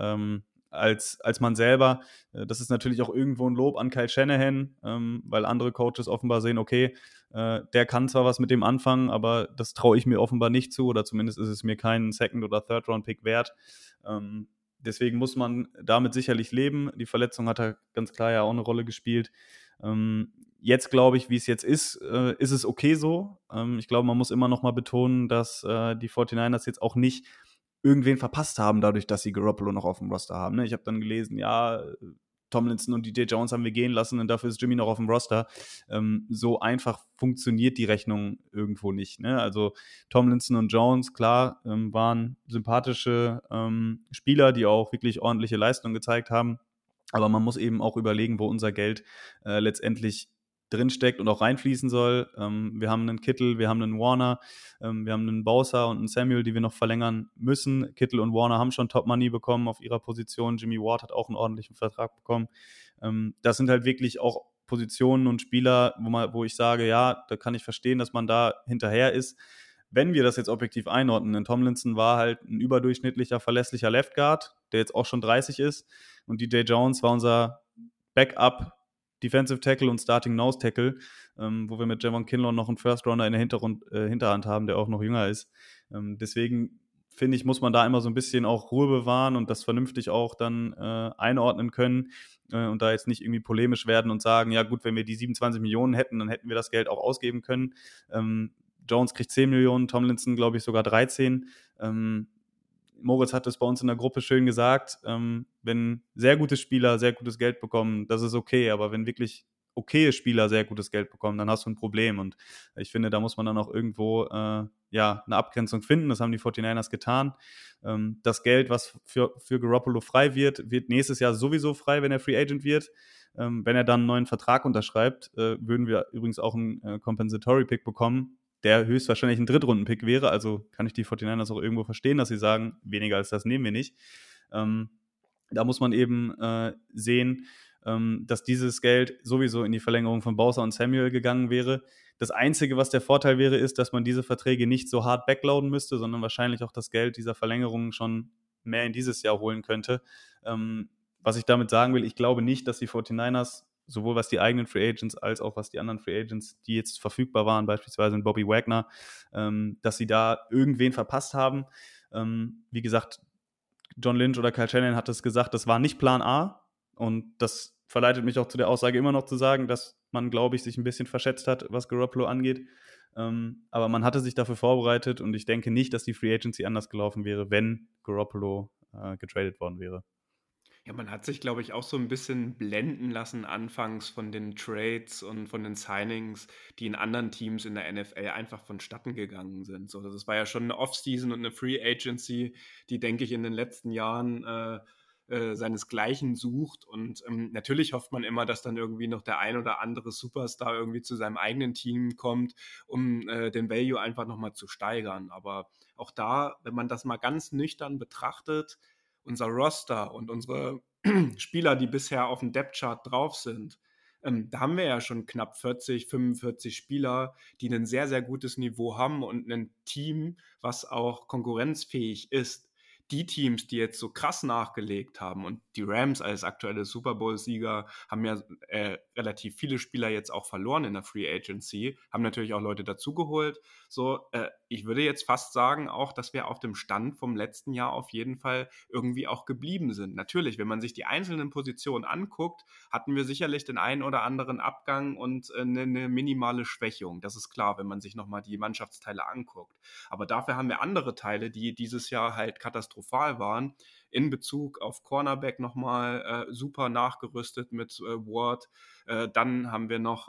als man selber. Das ist natürlich auch irgendwo ein Lob an Kyle Shanahan, weil andere Coaches offenbar sehen, okay, der kann zwar was mit dem anfangen, aber das traue ich mir offenbar nicht zu oder zumindest ist es mir keinen Second- oder Third-Round-Pick wert. Deswegen muss man damit sicherlich leben. Die Verletzung hat da ganz klar ja auch eine Rolle gespielt. Jetzt glaube ich, wie es jetzt ist es okay so. Ich glaube, man muss immer noch mal betonen, dass die 49ers jetzt auch nicht irgendwen verpasst haben, dadurch, dass sie Garoppolo noch auf dem Roster haben. Ne? Ich habe dann gelesen, ja, Tomlinson und DJ Jones haben wir gehen lassen und dafür ist Jimmy noch auf dem Roster. So einfach funktioniert die Rechnung irgendwo nicht. Ne? Also Tomlinson und Jones, klar, waren sympathische Spieler, die auch wirklich ordentliche Leistungen gezeigt haben. Aber man muss eben auch überlegen, wo unser Geld letztendlich drinsteckt und auch reinfließen soll. Wir haben einen Kittle, wir haben einen Warner, wir haben einen Bosa und einen Samuel, die wir noch verlängern müssen. Kittle und Warner haben schon Top-Money bekommen auf ihrer Position. Jimmy Ward hat auch einen ordentlichen Vertrag bekommen. Das sind halt wirklich auch Positionen und Spieler, wo ich sage, ja, da kann ich verstehen, dass man da hinterher ist. Wenn wir das jetzt objektiv einordnen, denn Tomlinson war halt ein überdurchschnittlicher, verlässlicher Left Guard, der jetzt auch schon 30 ist, und DJ Jones war unser Backup Defensive Tackle und Starting Nose Tackle, wo wir mit Javon Kinlaw noch einen First Rounder in der Hinterhand haben, der auch noch jünger ist. Deswegen finde ich, muss man da immer so ein bisschen auch Ruhe bewahren und das vernünftig auch dann einordnen können und da jetzt nicht irgendwie polemisch werden und sagen, ja gut, wenn wir die 27 Millionen hätten, dann hätten wir das Geld auch ausgeben können. Jones kriegt 10 Millionen, Tomlinson glaube ich sogar 13. Moritz hat es bei uns in der Gruppe schön gesagt, wenn sehr gute Spieler sehr gutes Geld bekommen, das ist okay, aber wenn wirklich okaye Spieler sehr gutes Geld bekommen, dann hast du ein Problem und ich finde, da muss man dann auch irgendwo eine Abgrenzung finden, das haben die 49ers getan. Das Geld, was für Garoppolo frei wird nächstes Jahr sowieso frei, wenn er Free Agent wird. Wenn er dann einen neuen Vertrag unterschreibt, würden wir übrigens auch einen Compensatory Pick bekommen, der höchstwahrscheinlich ein Drittrunden-Pick wäre. Also kann ich die 49ers auch irgendwo verstehen, dass sie sagen, weniger als das nehmen wir nicht. Da muss man eben sehen, dass dieses Geld sowieso in die Verlängerung von Bosa und Samuel gegangen wäre. Das Einzige, was der Vorteil wäre, ist, dass man diese Verträge nicht so hart backloaden müsste, sondern wahrscheinlich auch das Geld dieser Verlängerung schon mehr in dieses Jahr holen könnte. Was ich damit sagen will, ich glaube nicht, dass die 49ers sowohl was die eigenen Free Agents als auch was die anderen Free Agents, die jetzt verfügbar waren, beispielsweise in Bobby Wagner, dass sie da irgendwen verpasst haben. Wie gesagt, John Lynch oder Kyle Shanahan hat es gesagt, das war nicht Plan A und das verleitet mich auch zu der Aussage immer noch zu sagen, dass man, glaube ich, sich ein bisschen verschätzt hat, was Garoppolo angeht. Aber man hatte sich dafür vorbereitet und ich denke nicht, dass die Free Agency anders gelaufen wäre, wenn Garoppolo getradet worden wäre. Ja, man hat sich, glaube ich, auch so ein bisschen blenden lassen anfangs von den Trades und von den Signings, die in anderen Teams in der NFL einfach vonstatten gegangen sind. So, das war ja schon eine Offseason und eine Free Agency, die, denke ich, in den letzten Jahren seinesgleichen sucht. Und natürlich hofft man immer, dass dann irgendwie noch der ein oder andere Superstar irgendwie zu seinem eigenen Team kommt, um den Value einfach nochmal zu steigern. Aber auch da, wenn man das mal ganz nüchtern betrachtet, unser Roster und unsere Spieler, die bisher auf dem Depth-Chart drauf sind, da haben wir ja schon knapp 40, 45 Spieler, die ein sehr, sehr gutes Niveau haben und ein Team, was auch konkurrenzfähig ist. Die Teams, die jetzt so krass nachgelegt haben und die Rams als aktuelle Super Bowl-Sieger haben ja relativ viele Spieler jetzt auch verloren in der Free Agency, haben natürlich auch Leute dazugeholt. So, ich würde jetzt fast sagen auch, dass wir auf dem Stand vom letzten Jahr auf jeden Fall irgendwie auch geblieben sind. Natürlich, wenn man sich die einzelnen Positionen anguckt, hatten wir sicherlich den einen oder anderen Abgang und eine minimale Schwächung. Das ist klar, wenn man sich nochmal die Mannschaftsteile anguckt. Aber dafür haben wir andere Teile, die dieses Jahr halt katastrophal waren, in Bezug auf Cornerback nochmal super nachgerüstet mit Ward. Dann haben wir noch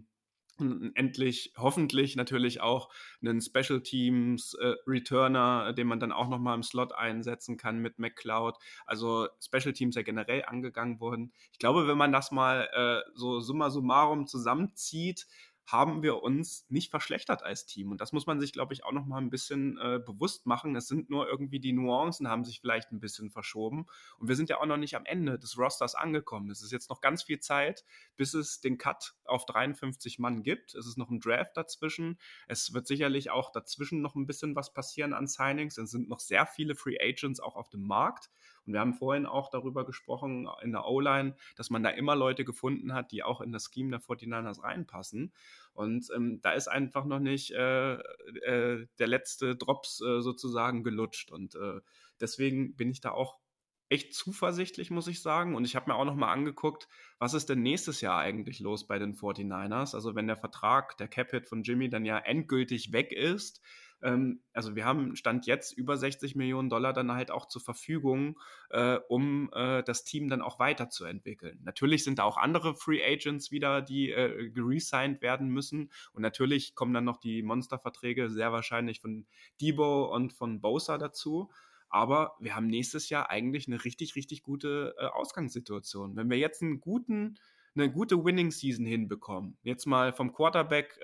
endlich, hoffentlich natürlich auch einen Special Teams Returner, den man dann auch nochmal im Slot einsetzen kann mit McLeod. Also Special Teams ja generell angegangen wurden. Ich glaube, wenn man das mal so summa summarum zusammenzieht, haben wir uns nicht verschlechtert als Team. Und das muss man sich, glaube ich, auch noch mal ein bisschen bewusst machen. Es sind nur irgendwie die Nuancen, haben sich vielleicht ein bisschen verschoben. Und wir sind ja auch noch nicht am Ende des Rosters angekommen. Es ist jetzt noch ganz viel Zeit, bis es den Cut auf 53 Mann gibt. Es ist noch ein Draft dazwischen. Es wird sicherlich auch dazwischen noch ein bisschen was passieren an Signings. Es sind noch sehr viele Free Agents auch auf dem Markt. Und wir haben vorhin auch darüber gesprochen in der O-Line, dass man da immer Leute gefunden hat, die auch in das Scheme der 49ers reinpassen. Und da ist einfach noch nicht der letzte Drops sozusagen gelutscht. Und deswegen bin ich da auch echt zuversichtlich, muss ich sagen. Und ich habe mir auch noch mal angeguckt, was ist denn nächstes Jahr eigentlich los bei den 49ers? Also wenn der Vertrag, der Cap-Hit von Jimmy dann ja endgültig weg ist. Also wir haben Stand jetzt über 60 Millionen Dollar dann halt auch zur Verfügung, um das Team dann auch weiterzuentwickeln. Natürlich sind da auch andere Free Agents wieder, die geresigned werden müssen. Und natürlich kommen dann noch die Monsterverträge sehr wahrscheinlich von Debo und von Bosa dazu. Aber wir haben nächstes Jahr eigentlich eine richtig, richtig gute Ausgangssituation. Wenn wir jetzt eine gute Winning-Season hinbekommen, jetzt mal vom Quarterback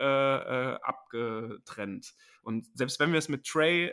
abgetrennt. Und selbst wenn wir es mit Trey,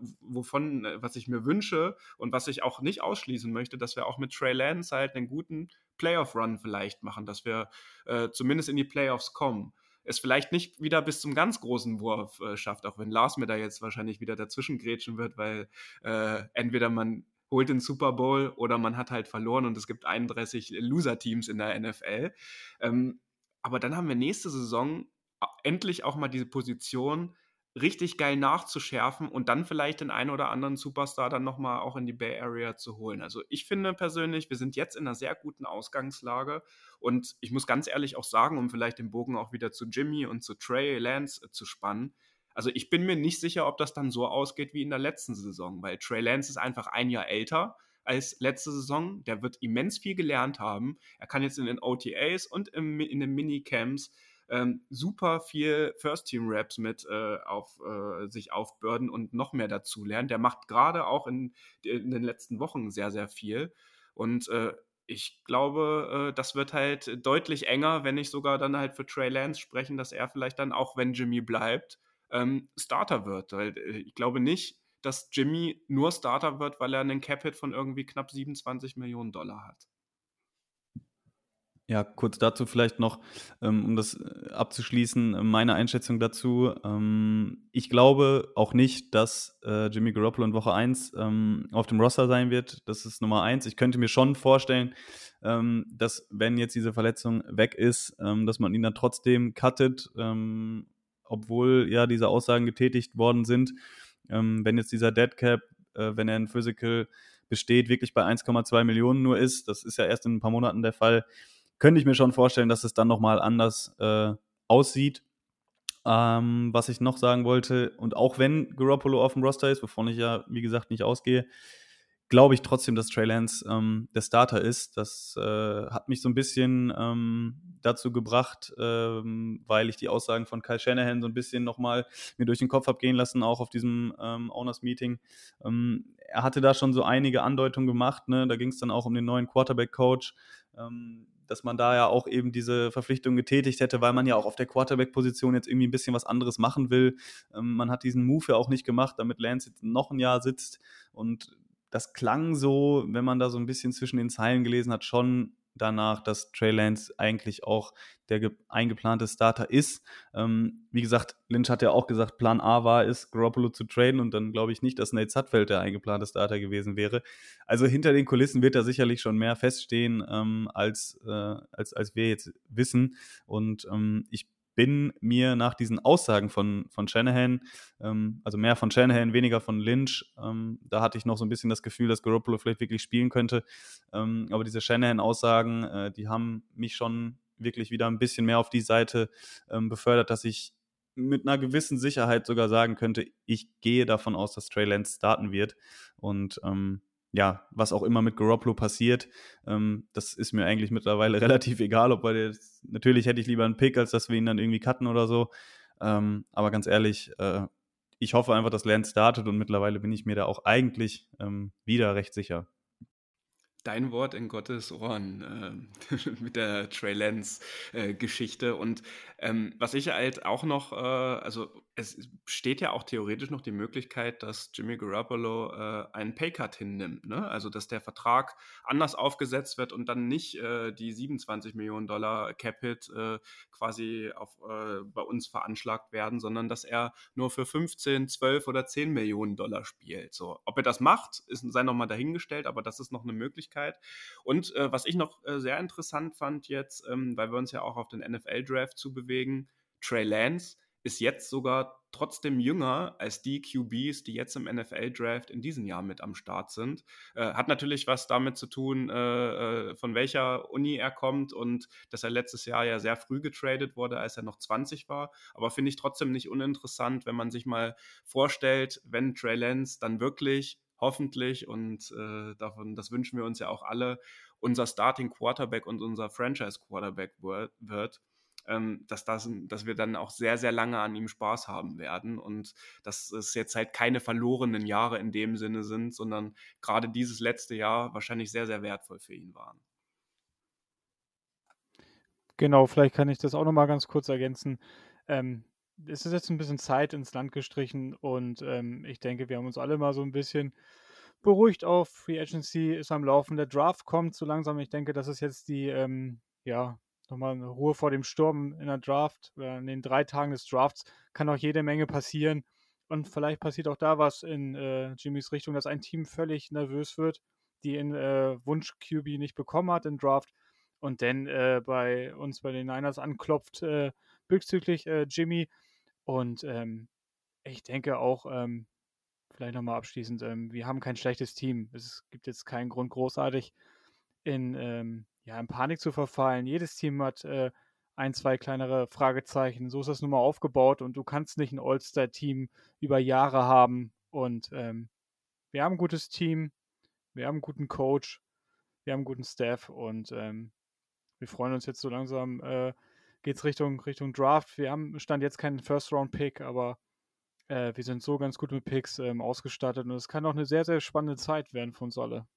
was ich mir wünsche und was ich auch nicht ausschließen möchte, dass wir auch mit Trey Lance halt einen guten Playoff-Run vielleicht machen, dass wir zumindest in die Playoffs kommen. Es vielleicht nicht wieder bis zum ganz großen Wurf schafft, auch wenn Lars mir da jetzt wahrscheinlich wieder dazwischen grätschen wird, weil entweder man holt den Super Bowl oder man hat halt verloren und es gibt 31 Loser-Teams in der NFL. Aber dann haben wir nächste Saison endlich auch mal diese Position richtig geil nachzuschärfen und dann vielleicht den einen oder anderen Superstar dann nochmal auch in die Bay Area zu holen. Also ich finde persönlich, wir sind jetzt in einer sehr guten Ausgangslage und ich muss ganz ehrlich auch sagen, um vielleicht den Bogen auch wieder zu Jimmy und zu Trey Lance zu spannen, also ich bin mir nicht sicher, ob das dann so ausgeht wie in der letzten Saison, weil Trey Lance ist einfach ein Jahr älter als letzte Saison. Der wird immens viel gelernt haben. Er kann jetzt in den OTAs und in den Minicamps super viel First-Team-Raps mit sich aufbürden und noch mehr dazu lernen. Der macht gerade auch in den letzten Wochen sehr, sehr viel. Und ich glaube, das wird halt deutlich enger, wenn nicht sogar dann halt für Trey Lance sprechen, dass er vielleicht dann, auch wenn Jimmy bleibt, Starter wird. Weil ich glaube nicht, dass Jimmy nur Starter wird, weil er einen Cap-Hit von irgendwie knapp 27 Millionen Dollar hat. Ja, kurz dazu vielleicht noch, um das abzuschließen, meine Einschätzung dazu. Ich glaube auch nicht, dass Jimmy Garoppolo in Woche 1 auf dem Roster sein wird. Das ist Nummer 1. Ich könnte mir schon vorstellen, dass, wenn jetzt diese Verletzung weg ist, dass man ihn dann trotzdem cuttet, obwohl ja diese Aussagen getätigt worden sind. Wenn jetzt dieser Dead Cap, wenn er ein Physical besteht, wirklich bei 1,2 Millionen nur ist, das ist ja erst in ein paar Monaten der Fall, könnte ich mir schon vorstellen, dass es dann nochmal anders aussieht. Was ich noch sagen wollte, und auch wenn Garoppolo auf dem Roster ist, wovon ich ja, wie gesagt, nicht ausgehe, glaube ich trotzdem, dass Trey Lance der Starter ist. Das hat mich so ein bisschen dazu gebracht, weil ich die Aussagen von Kyle Shanahan so ein bisschen nochmal mir durch den Kopf habe gehen lassen, auch auf diesem Owners-Meeting. Er hatte da schon so einige Andeutungen gemacht, ne? Da ging es dann auch um den neuen Quarterback-Coach, dass man da ja auch eben diese Verpflichtung getätigt hätte, weil man ja auch auf der Quarterback-Position jetzt irgendwie ein bisschen was anderes machen will. Man hat diesen Move ja auch nicht gemacht, damit Lance jetzt noch ein Jahr sitzt, und das klang so, wenn man da so ein bisschen zwischen den Zeilen gelesen hat, schon danach, dass Trey Lance eigentlich auch der eingeplante Starter ist. Wie gesagt, Lynch hat ja auch gesagt, Plan A war es, Garoppolo zu traden, und dann glaube ich nicht, dass Nate Sudfeld der eingeplante Starter gewesen wäre. Also hinter den Kulissen wird da sicherlich schon mehr feststehen, als wir jetzt wissen. Und ich bin mir nach diesen Aussagen von Shanahan, also mehr von Shanahan, weniger von Lynch, da hatte ich noch so ein bisschen das Gefühl, dass Garoppolo vielleicht wirklich spielen könnte. Aber diese Shanahan-Aussagen, die haben mich schon wirklich wieder ein bisschen mehr auf die Seite befördert, dass ich mit einer gewissen Sicherheit sogar sagen könnte, ich gehe davon aus, dass Trey Lance starten wird. Und ja, was auch immer mit Garoppolo passiert, das ist mir eigentlich mittlerweile relativ egal, natürlich hätte ich lieber einen Pick, als dass wir ihn dann irgendwie cutten oder so. Aber ganz ehrlich, ich hoffe einfach, dass Lance startet, und mittlerweile bin ich mir da auch eigentlich wieder recht sicher. Dein Wort in Gottes Ohren mit der Trey Lance-Geschichte. Und was ich halt auch noch, also es steht ja auch theoretisch noch die Möglichkeit, dass Jimmy Garoppolo einen Paycut hinnimmt, ne? Also dass der Vertrag anders aufgesetzt wird und dann nicht die 27 Millionen Dollar Cap-Hit quasi bei uns veranschlagt werden, sondern dass er nur für 15, 12 oder 10 Millionen Dollar spielt. So, ob er das macht, sei nochmal dahingestellt, aber das ist noch eine Möglichkeit. Und was ich noch sehr interessant fand jetzt, weil wir uns ja auch auf den NFL-Draft zubewegen, Trey Lance ist jetzt sogar trotzdem jünger als die QBs, die jetzt im NFL-Draft in diesem Jahr mit am Start sind. Hat natürlich was damit zu tun, von welcher Uni er kommt und dass er letztes Jahr ja sehr früh getradet wurde, als er noch 20 war. Aber finde ich trotzdem nicht uninteressant, wenn man sich mal vorstellt, wenn Trey Lance dann wirklich hoffentlich und das wünschen wir uns ja auch alle, unser Starting Quarterback und unser Franchise Quarterback wird, dass wir dann auch sehr, sehr lange an ihm Spaß haben werden und dass es jetzt halt keine verlorenen Jahre in dem Sinne sind, sondern gerade dieses letzte Jahr wahrscheinlich sehr, sehr wertvoll für ihn waren. Genau, vielleicht kann ich das auch noch mal ganz kurz ergänzen. Es ist jetzt ein bisschen Zeit ins Land gestrichen und, ich denke, wir haben uns alle mal so ein bisschen beruhigt auf. Free Agency ist am Laufen, der Draft kommt so langsam. Ich denke, das ist jetzt die, ja, noch mal 'ne Ruhe vor dem Sturm in der Draft. In den 3 Tagen des Drafts kann auch jede Menge passieren und vielleicht passiert auch da was in, Jimmys Richtung, dass ein Team völlig nervös wird, die ihren, Wunsch-QB nicht bekommen hat im Draft und dann bei uns bei den Niners anklopft bezüglich Jimmy. Und ich denke auch, vielleicht nochmal abschließend, wir haben kein schlechtes Team. Es gibt jetzt keinen Grund, großartig ja, in Panik zu verfallen. Jedes Team hat ein, zwei kleinere Fragezeichen. So ist das nun mal aufgebaut und du kannst nicht ein All-Star-Team über Jahre haben. Und wir haben ein gutes Team, wir haben einen guten Coach, wir haben einen guten Staff und wir freuen uns jetzt so langsam, geht's Richtung Draft. Wir haben Stand jetzt keinen First-Round-Pick, aber wir sind so ganz gut mit Picks ausgestattet und es kann auch eine sehr, sehr spannende Zeit werden für uns alle.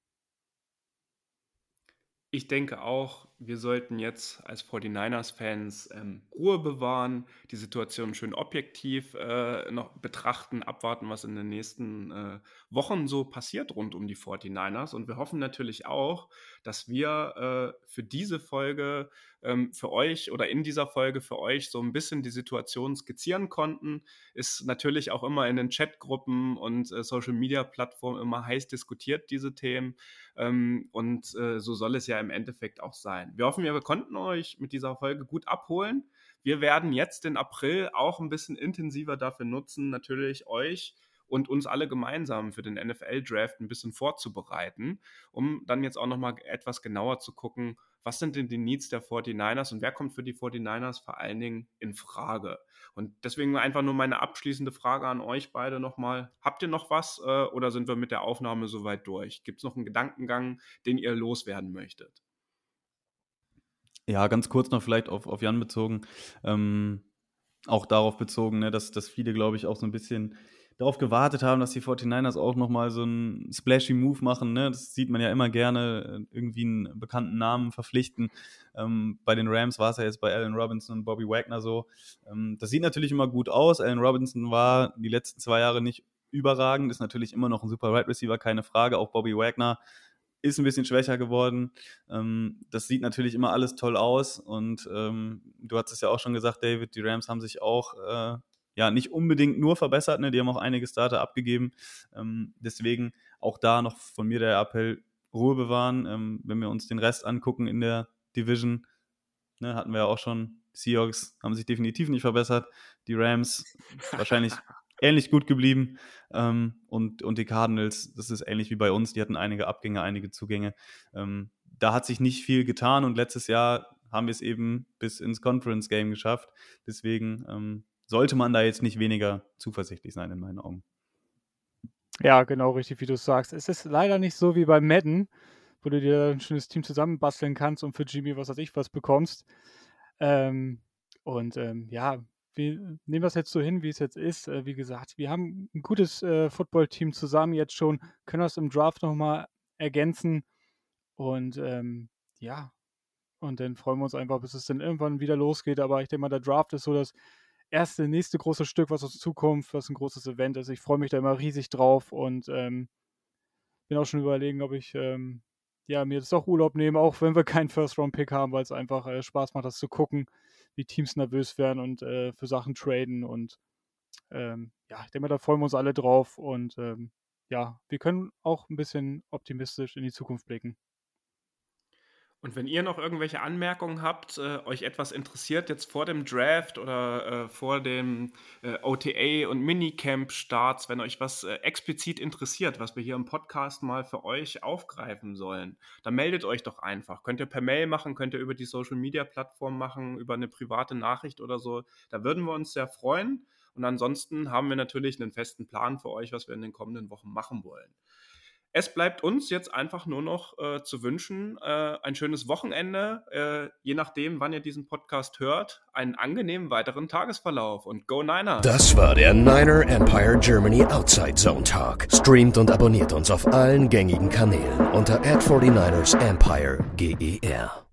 Ich denke auch, wir sollten jetzt als 49ers-Fans Ruhe bewahren, die Situation schön objektiv noch betrachten, abwarten, was in den nächsten Wochen so passiert rund um die 49ers. Und wir hoffen natürlich auch, dass wir für diese Folge für euch oder in dieser Folge für euch so ein bisschen die Situation skizzieren konnten. Ist natürlich auch immer in den Chatgruppen und Social-Media-Plattformen immer heiß diskutiert, diese Themen. Und so soll es ja im Endeffekt auch sein. Wir hoffen, wir konnten euch mit dieser Folge gut abholen. Wir werden jetzt den April auch ein bisschen intensiver dafür nutzen, natürlich euch und uns alle gemeinsam für den NFL-Draft ein bisschen vorzubereiten, um dann jetzt auch nochmal etwas genauer zu gucken, was sind denn die Needs der 49ers und wer kommt für die 49ers vor allen Dingen in Frage. Und deswegen einfach nur meine abschließende Frage an euch beide nochmal. Habt ihr noch was oder sind wir mit der Aufnahme soweit durch? Gibt es noch einen Gedankengang, den ihr loswerden möchtet? Ja, ganz kurz noch vielleicht auf Jan bezogen. Auch darauf bezogen, ne, dass viele, glaube ich, auch so ein bisschen darauf gewartet haben, dass die 49ers auch noch mal so einen splashy Move machen. Ne? Das sieht man ja immer gerne, irgendwie einen bekannten Namen verpflichten. Bei den Rams war es ja jetzt bei Allen Robinson und Bobby Wagner so. Das sieht natürlich immer gut aus. Allen Robinson war die letzten 2 Jahre nicht überragend, ist natürlich immer noch ein super Wide Receiver, keine Frage. Auch Bobby Wagner ist ein bisschen schwächer geworden. Das sieht natürlich immer alles toll aus und du hast es ja auch schon gesagt, David, die Rams haben sich auch ja nicht unbedingt nur verbessert, ne? Die haben auch einige Starter abgegeben. Deswegen auch da noch von mir der Appell, Ruhe bewahren. Wenn wir uns den Rest angucken in der Division, ne, hatten wir ja auch schon, Seahawks haben sich definitiv nicht verbessert, die Rams wahrscheinlich ähnlich gut geblieben und die Cardinals, das ist ähnlich wie bei uns, die hatten einige Abgänge, einige Zugänge. Da hat sich nicht viel getan und letztes Jahr haben wir es eben bis ins Conference Game geschafft. Deswegen sollte man da jetzt nicht weniger zuversichtlich sein in meinen Augen. Ja, genau, richtig, wie du sagst. Es ist leider nicht so wie bei Madden, wo du dir ein schönes Team zusammenbasteln kannst und für Jimmy was weiß ich was bekommst. Ja, wir nehmen das jetzt so hin, wie es jetzt ist. Wie gesagt, wir haben ein gutes Football-Team zusammen jetzt schon, können das im Draft nochmal ergänzen und ja, und dann freuen wir uns einfach, bis es dann irgendwann wieder losgeht. Aber ich denke mal, der Draft ist so das nächste große Stück, was uns zukommt, was ein großes Event ist. Ich freue mich da immer riesig drauf und bin auch schon überlegen, ob ich ja, mir jetzt doch Urlaub nehme, auch wenn wir keinen First-Round-Pick haben, weil es einfach Spaß macht, das zu gucken, wie Teams nervös werden und für Sachen traden. Und ja, ich denke mal, da freuen wir uns alle drauf. Und ja, wir können auch ein bisschen optimistisch in die Zukunft blicken. Und wenn ihr noch irgendwelche Anmerkungen habt, euch etwas interessiert jetzt vor dem Draft oder vor dem OTA und Minicamp-Starts, wenn euch was explizit interessiert, was wir hier im Podcast mal für euch aufgreifen sollen, dann meldet euch doch einfach. Könnt ihr per Mail machen, könnt ihr über die Social-Media-Plattform machen, über eine private Nachricht oder so. Da würden wir uns sehr freuen. Und ansonsten haben wir natürlich einen festen Plan für euch, was wir in den kommenden Wochen machen wollen. Es bleibt uns jetzt einfach nur noch zu wünschen, ein schönes Wochenende, je nachdem, wann ihr diesen Podcast hört, einen angenehmen weiteren Tagesverlauf und Go Niners! Das war der Niner Empire Germany Outside Zone Talk. Streamt und abonniert uns auf allen gängigen Kanälen unter @49ersEmpireGER.